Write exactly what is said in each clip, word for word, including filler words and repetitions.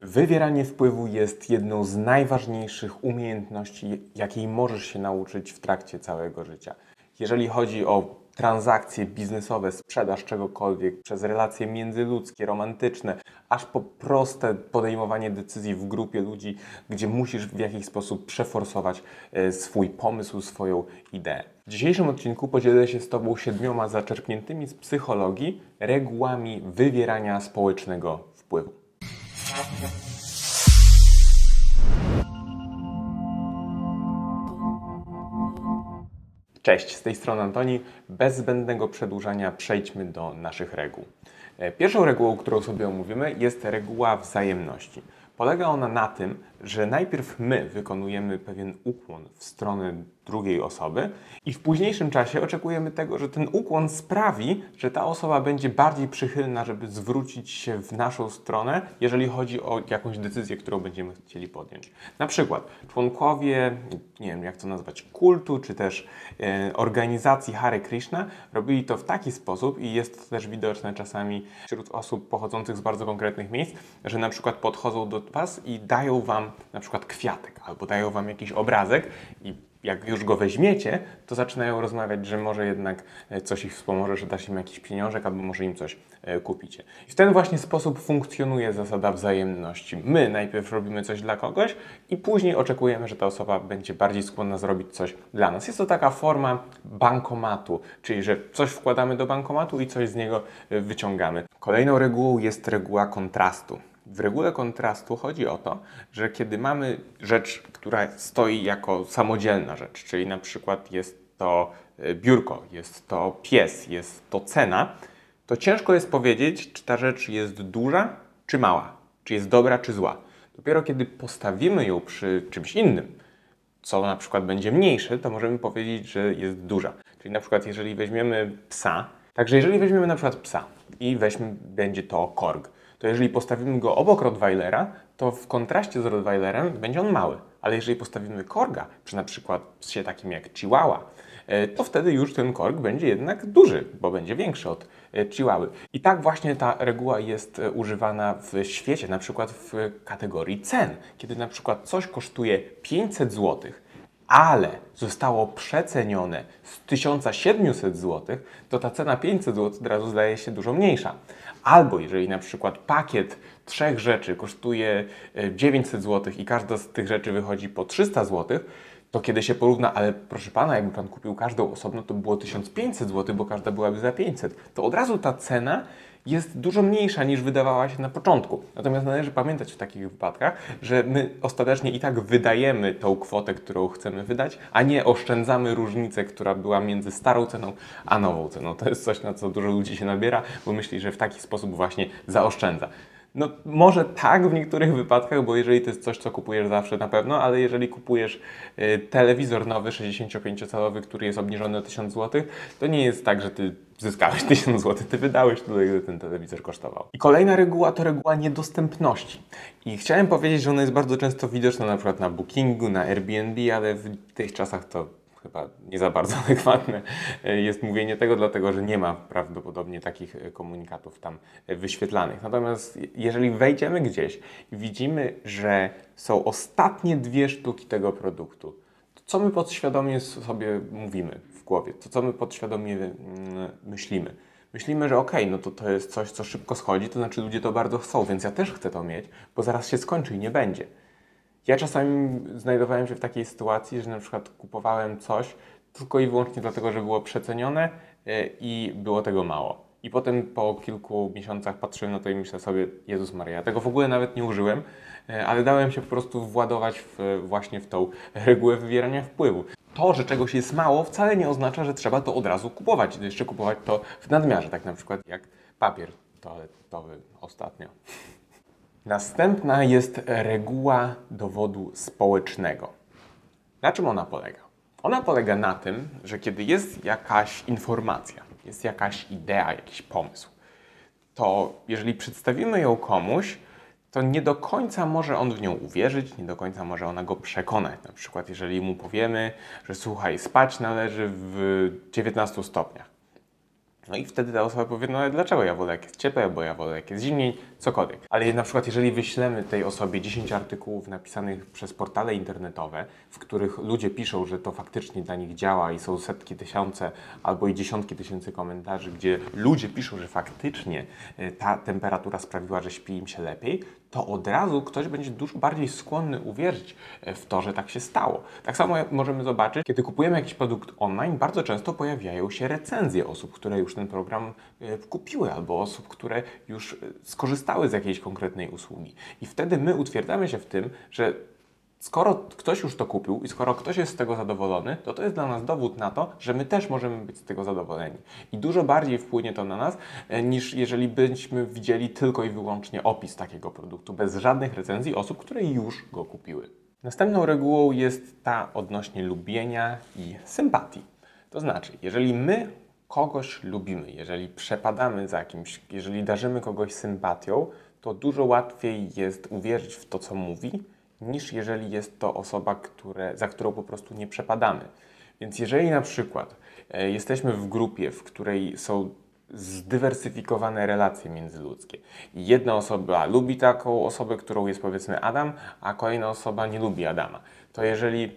Wywieranie wpływu jest jedną z najważniejszych umiejętności, jakiej możesz się nauczyć w trakcie całego życia. Jeżeli chodzi o transakcje biznesowe, sprzedaż czegokolwiek, przez relacje międzyludzkie, romantyczne, aż po proste podejmowanie decyzji w grupie ludzi, gdzie musisz w jakiś sposób przeforsować swój pomysł, swoją ideę. W dzisiejszym odcinku podzielę się z Tobą siedmioma zaczerpniętymi z psychologii regułami wywierania społecznego wpływu. Cześć, z tej strony Antoni. Bez zbędnego przedłużania przejdźmy do naszych reguł. Pierwszą regułą, którą sobie omówimy, jest reguła wzajemności. Polega ona na tym, że najpierw my wykonujemy pewien ukłon w stronę drugiej osoby i w późniejszym czasie oczekujemy tego, że ten ukłon sprawi, że ta osoba będzie bardziej przychylna, żeby zwrócić się w naszą stronę, jeżeli chodzi o jakąś decyzję, którą będziemy chcieli podjąć. Na przykład członkowie, nie wiem jak to nazwać, kultu, czy też e, organizacji Hare Krishna robili to w taki sposób i jest to też widoczne czasami wśród osób pochodzących z bardzo konkretnych miejsc, że na przykład podchodzą do Was i dają Wam na przykład kwiatek albo dają Wam jakiś obrazek i jak już go weźmiecie, to zaczynają rozmawiać, że może jednak coś ich wspomoże, że dasz im jakiś pieniążek albo może im coś kupicie. I w ten właśnie sposób funkcjonuje zasada wzajemności. My najpierw robimy coś dla kogoś i później oczekujemy, że ta osoba będzie bardziej skłonna zrobić coś dla nas. Jest to taka forma bankomatu, czyli że coś wkładamy do bankomatu i coś z niego wyciągamy. Kolejną regułą jest reguła kontrastu. W regule kontrastu chodzi o to, że kiedy mamy rzecz, która stoi jako samodzielna rzecz, czyli na przykład jest to biurko, jest to pies, jest to cena, to ciężko jest powiedzieć, czy ta rzecz jest duża, czy mała, czy jest dobra, czy zła. Dopiero kiedy postawimy ją przy czymś innym, co na przykład będzie mniejsze, to możemy powiedzieć, że jest duża. Czyli na przykład jeżeli weźmiemy psa, także jeżeli weźmiemy na przykład psa i weźmy, będzie to korg, to jeżeli postawimy go obok Rottweilera, to w kontraście z Rottweilerem będzie on mały. Ale jeżeli postawimy korga, przy na przykład psie takim jak Chihuahua, to wtedy już ten korg będzie jednak duży, bo będzie większy od Chihuahui. I tak właśnie ta reguła jest używana w świecie, na przykład w kategorii cen. Kiedy na przykład coś kosztuje pięćset złotych, ale zostało przecenione z tysiąc siedemset złotych, to ta cena pięćset złotych od razu zdaje się dużo mniejsza. Albo jeżeli na przykład pakiet trzech rzeczy kosztuje dziewięćset złotych i każda z tych rzeczy wychodzi po trzysta złotych, to kiedy się porówna, ale proszę Pana, jakby Pan kupił każdą osobno, to było tysiąc pięćset złotych, bo każda byłaby za pięćset. To od razu ta cena jest dużo mniejsza niż wydawała się na początku. Natomiast należy pamiętać w takich wypadkach, że my ostatecznie i tak wydajemy tą kwotę, którą chcemy wydać, a nie oszczędzamy różnicę, która była między starą ceną a nową ceną. To jest coś, na co dużo ludzi się nabiera, bo myśli, że w taki sposób właśnie zaoszczędza. No może tak w niektórych wypadkach, bo jeżeli to jest coś, co kupujesz zawsze na pewno, ale jeżeli kupujesz y, telewizor nowy sześćdziesięciopięciocalowy, który jest obniżony o tysiąc złotych, to nie jest tak, że ty zyskałeś tysiąc złotych, ty wydałeś tyle, ile ten telewizor kosztował. I kolejna reguła to reguła niedostępności. I chciałem powiedzieć, że ona jest bardzo często widoczna na przykład na Bookingu, na Airbnb, ale w tych czasach to chyba nie za bardzo adekwatne jest mówienie tego, dlatego że nie ma prawdopodobnie takich komunikatów tam wyświetlanych. Natomiast jeżeli wejdziemy gdzieś i widzimy, że są ostatnie dwie sztuki tego produktu, to co my podświadomie sobie mówimy w głowie? To co my podświadomie myślimy? Myślimy, że okej, okay, no to to jest coś, co szybko schodzi, to znaczy ludzie to bardzo chcą, więc ja też chcę to mieć, bo zaraz się skończy i nie będzie. Ja czasami znajdowałem się w takiej sytuacji, że na przykład kupowałem coś tylko i wyłącznie dlatego, że było przecenione i było tego mało. I potem po kilku miesiącach patrzyłem na to i myślę sobie, Jezus Maria, ja tego w ogóle nawet nie użyłem, ale dałem się po prostu władować w, właśnie w tą regułę wywierania wpływu. To, że czegoś jest mało, wcale nie oznacza, że trzeba to od razu kupować. Jeszcze kupować to w nadmiarze, tak na przykład jak papier toaletowy ostatnio. Następna jest reguła dowodu społecznego. Na czym ona polega? Ona polega na tym, że kiedy jest jakaś informacja, jest jakaś idea, jakiś pomysł, to jeżeli przedstawimy ją komuś, to nie do końca może on w nią uwierzyć, nie do końca może ona go przekonać. Na przykład jeżeli mu powiemy, że słuchaj, spać należy w dziewiętnastu stopniach. No i wtedy ta osoba powie, no ale dlaczego ja wolę jak jest ciepłe, bo ja wolę jak jest zimniej, cokolwiek. Ale na przykład jeżeli wyślemy tej osobie dziesięć artykułów napisanych przez portale internetowe, w których ludzie piszą, że to faktycznie dla nich działa i są setki, tysiące albo i dziesiątki tysięcy komentarzy, gdzie ludzie piszą, że faktycznie ta temperatura sprawiła, że śpi im się lepiej, to od razu ktoś będzie dużo bardziej skłonny uwierzyć w to, że tak się stało. Tak samo możemy zobaczyć, kiedy kupujemy jakiś produkt online, bardzo często pojawiają się recenzje osób, które już ten program kupiły, albo osób, które już skorzystały z jakiejś konkretnej usługi. I wtedy my utwierdzamy się w tym, że skoro ktoś już to kupił i skoro ktoś jest z tego zadowolony, to to jest dla nas dowód na to, że my też możemy być z tego zadowoleni. I dużo bardziej wpłynie to na nas, niż jeżeli byśmy widzieli tylko i wyłącznie opis takiego produktu, bez żadnych recenzji osób, które już go kupiły. Następną regułą jest ta odnośnie lubienia i sympatii. To znaczy, jeżeli my kogoś lubimy, jeżeli przepadamy za kimś, jeżeli darzymy kogoś sympatią, to dużo łatwiej jest uwierzyć w to, co mówi, niż jeżeli jest to osoba, które, za którą po prostu nie przepadamy. Więc jeżeli na przykład e, jesteśmy w grupie, w której są zdywersyfikowane relacje międzyludzkie i jedna osoba lubi taką osobę, którą jest powiedzmy Adam, a kolejna osoba nie lubi Adama, to jeżeli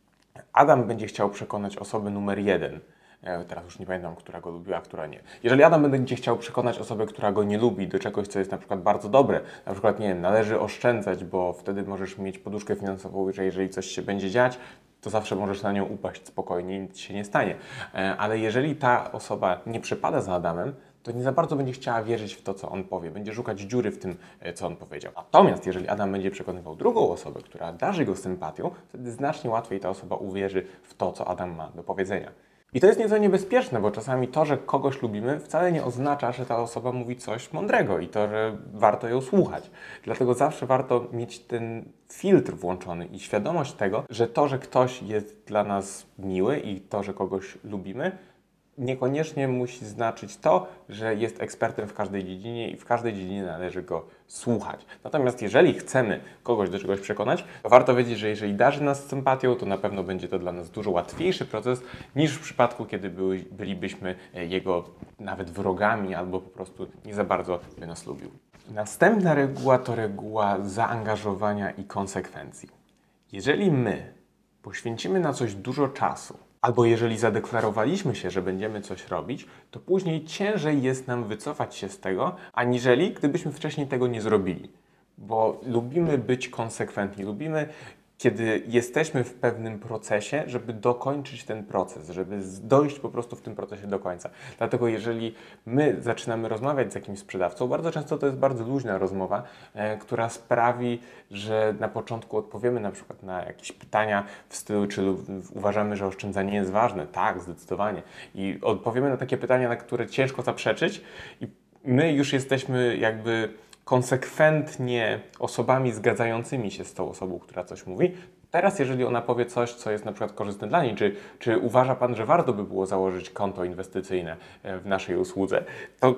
Adam będzie chciał przekonać osobę numer jeden, teraz już nie pamiętam, która go lubiła, a która nie. Jeżeli Adam będzie chciał przekonać osobę, która go nie lubi do czegoś, co jest na przykład bardzo dobre, na przykład, nie wiem, należy oszczędzać, bo wtedy możesz mieć poduszkę finansową, że jeżeli coś się będzie dziać, to zawsze możesz na nią upaść spokojnie i nic się nie stanie. Ale jeżeli ta osoba nie przepada za Adamem, to nie za bardzo będzie chciała wierzyć w to, co on powie. Będzie szukać dziury w tym, co on powiedział. Natomiast jeżeli Adam będzie przekonywał drugą osobę, która darzy go sympatią, wtedy znacznie łatwiej ta osoba uwierzy w to, co Adam ma do powiedzenia. I to jest nieco niebezpieczne, bo czasami to, że kogoś lubimy, wcale nie oznacza, że ta osoba mówi coś mądrego i to, że warto ją słuchać. Dlatego zawsze warto mieć ten filtr włączony i świadomość tego, że to, że ktoś jest dla nas miły i to, że kogoś lubimy, niekoniecznie musi znaczyć to, że jest ekspertem w każdej dziedzinie i w każdej dziedzinie należy go słuchać. Natomiast jeżeli chcemy kogoś do czegoś przekonać, to warto wiedzieć, że jeżeli darzy nas sympatią, to na pewno będzie to dla nas dużo łatwiejszy proces niż w przypadku, kiedy były, bylibyśmy jego nawet wrogami albo po prostu nie za bardzo by nas lubił. Następna reguła to reguła zaangażowania i konsekwencji. Jeżeli my poświęcimy na coś dużo czasu, albo jeżeli zadeklarowaliśmy się, że będziemy coś robić, to później ciężej jest nam wycofać się z tego, aniżeli gdybyśmy wcześniej tego nie zrobili. Bo lubimy być konsekwentni, lubimy, kiedy jesteśmy w pewnym procesie, żeby dokończyć ten proces, żeby dojść po prostu w tym procesie do końca. Dlatego jeżeli my zaczynamy rozmawiać z jakimś sprzedawcą, bardzo często to jest bardzo luźna rozmowa, e, która sprawi, że na początku odpowiemy na przykład na jakieś pytania w stylu, czy uważamy, że oszczędzanie jest ważne. Tak, zdecydowanie. I odpowiemy na takie pytania, na które ciężko zaprzeczyć i my już jesteśmy jakby konsekwentnie osobami zgadzającymi się z tą osobą, która coś mówi. Teraz, jeżeli ona powie coś, co jest na przykład korzystne dla niej, czy, czy uważa Pan, że warto by było założyć konto inwestycyjne w naszej usłudze, to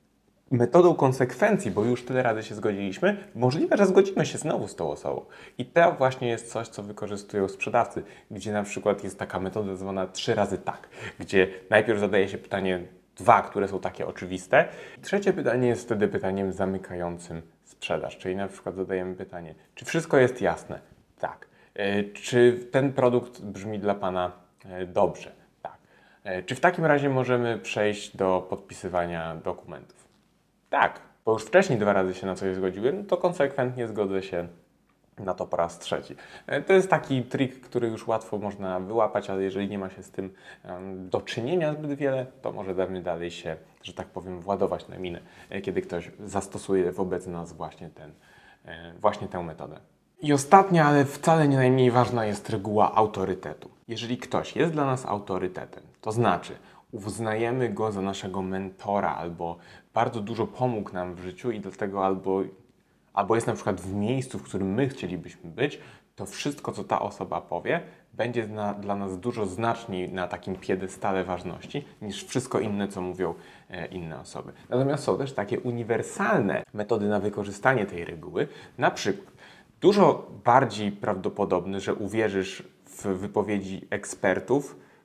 metodą konsekwencji, bo już tyle razy się zgodziliśmy, możliwe, że zgodzimy się znowu z tą osobą. I to właśnie jest coś, co wykorzystują sprzedawcy, gdzie na przykład jest taka metoda zwana trzy razy tak, gdzie najpierw zadaje się pytanie dwa, które są takie oczywiste. Trzecie pytanie jest wtedy pytaniem zamykającym sprzedaż, czyli na przykład zadajemy pytanie, czy wszystko jest jasne? Tak. E, czy ten produkt brzmi dla Pana e, dobrze? Tak. E, czy w takim razie możemy przejść do podpisywania dokumentów? Tak, bo już wcześniej dwa razy się na coś zgodziłem, no to konsekwentnie zgodzę się na to po raz trzeci. To jest taki trik, który już łatwo można wyłapać, ale jeżeli nie ma się z tym um, do czynienia zbyt wiele, to może damy dalej się, że tak powiem, władować na minę, kiedy ktoś zastosuje wobec nas właśnie, ten, właśnie tę metodę. I ostatnia, ale wcale nie najmniej ważna jest reguła autorytetu. Jeżeli ktoś jest dla nas autorytetem, to znaczy uznajemy go za naszego mentora albo bardzo dużo pomógł nam w życiu i dlatego albo albo jest na przykład w miejscu, w którym my chcielibyśmy być, to wszystko, co ta osoba powie, będzie na, dla nas dużo znaczniej na takim piedestale ważności niż wszystko inne, co mówią e, inne osoby. Natomiast są też takie uniwersalne metody na wykorzystanie tej reguły. Na przykład dużo bardziej prawdopodobne, że uwierzysz w wypowiedzi ekspertów,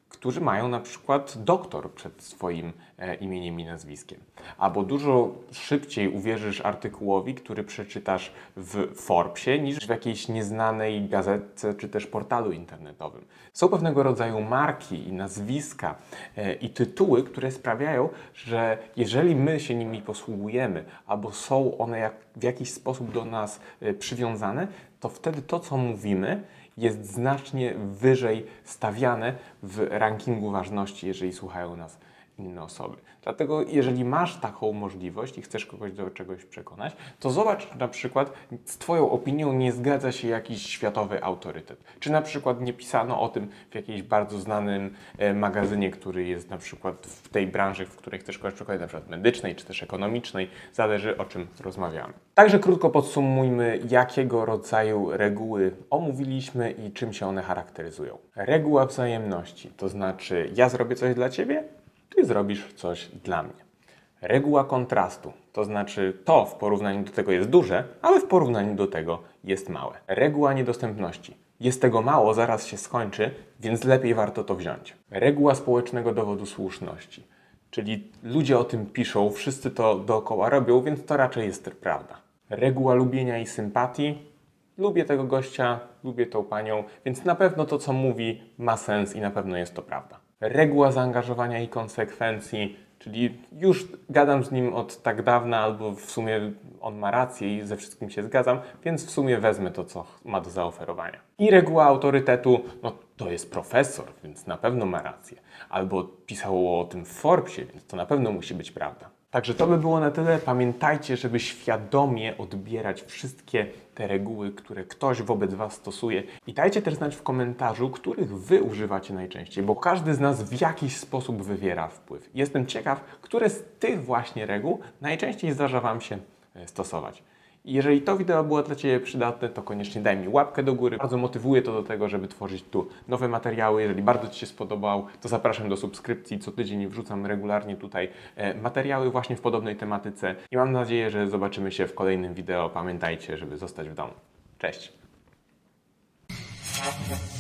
którzy mają na przykład doktor przed swoim e, imieniem i nazwiskiem. Albo dużo szybciej uwierzysz artykułowi, który przeczytasz w Forbesie, niż w jakiejś nieznanej gazetce czy też portalu internetowym. Są pewnego rodzaju marki i nazwiska e, i tytuły, które sprawiają, że jeżeli my się nimi posługujemy, albo są one jak, w jakiś sposób do nas e, przywiązane, to wtedy to, co mówimy, jest znacznie wyżej stawiane w rankingu ważności, jeżeli słuchają nas inne osoby. Dlatego jeżeli masz taką możliwość i chcesz kogoś do czegoś przekonać, to zobacz na przykład z Twoją opinią nie zgadza się jakiś światowy autorytet. Czy na przykład nie pisano o tym w jakimś bardzo znanym e, magazynie, który jest na przykład w tej branży, w której chcesz kogoś przekonać, na przykład medycznej czy też ekonomicznej, zależy o czym rozmawiamy. Także krótko podsumujmy, jakiego rodzaju reguły omówiliśmy i czym się one charakteryzują. Reguła wzajemności, to znaczy ja zrobię coś dla Ciebie, Ty zrobisz coś dla mnie. Reguła kontrastu, to znaczy to w porównaniu do tego jest duże, ale w porównaniu do tego jest małe. Reguła niedostępności. Jest tego mało, zaraz się skończy, więc lepiej warto to wziąć. Reguła społecznego dowodu słuszności, czyli ludzie o tym piszą, wszyscy to dookoła robią, więc to raczej jest prawda. Reguła lubienia i sympatii. Lubię tego gościa, lubię tą panią, więc na pewno to, co mówi, ma sens i na pewno jest to prawda. Reguła zaangażowania i konsekwencji, czyli już gadam z nim od tak dawna, albo w sumie on ma rację i ze wszystkim się zgadzam, więc w sumie wezmę to, co ma do zaoferowania. I reguła autorytetu, no to jest profesor, więc na pewno ma rację. Albo pisało o tym w Forbesie, więc to na pewno musi być prawda. Także to by było na tyle. Pamiętajcie, żeby świadomie odbierać wszystkie te reguły, które ktoś wobec Was stosuje. I dajcie też znać w komentarzu, których Wy używacie najczęściej, bo każdy z nas w jakiś sposób wywiera wpływ. Jestem ciekaw, które z tych właśnie reguł najczęściej zdarza Wam się stosować. I jeżeli to wideo było dla Ciebie przydatne, to koniecznie daj mi łapkę do góry. Bardzo motywuje to do tego, żeby tworzyć tu nowe materiały. Jeżeli bardzo Ci się spodobał, to zapraszam do subskrypcji. Co tydzień wrzucam regularnie tutaj materiały właśnie w podobnej tematyce. I mam nadzieję, że zobaczymy się w kolejnym wideo. Pamiętajcie, żeby zostać w domu. Cześć!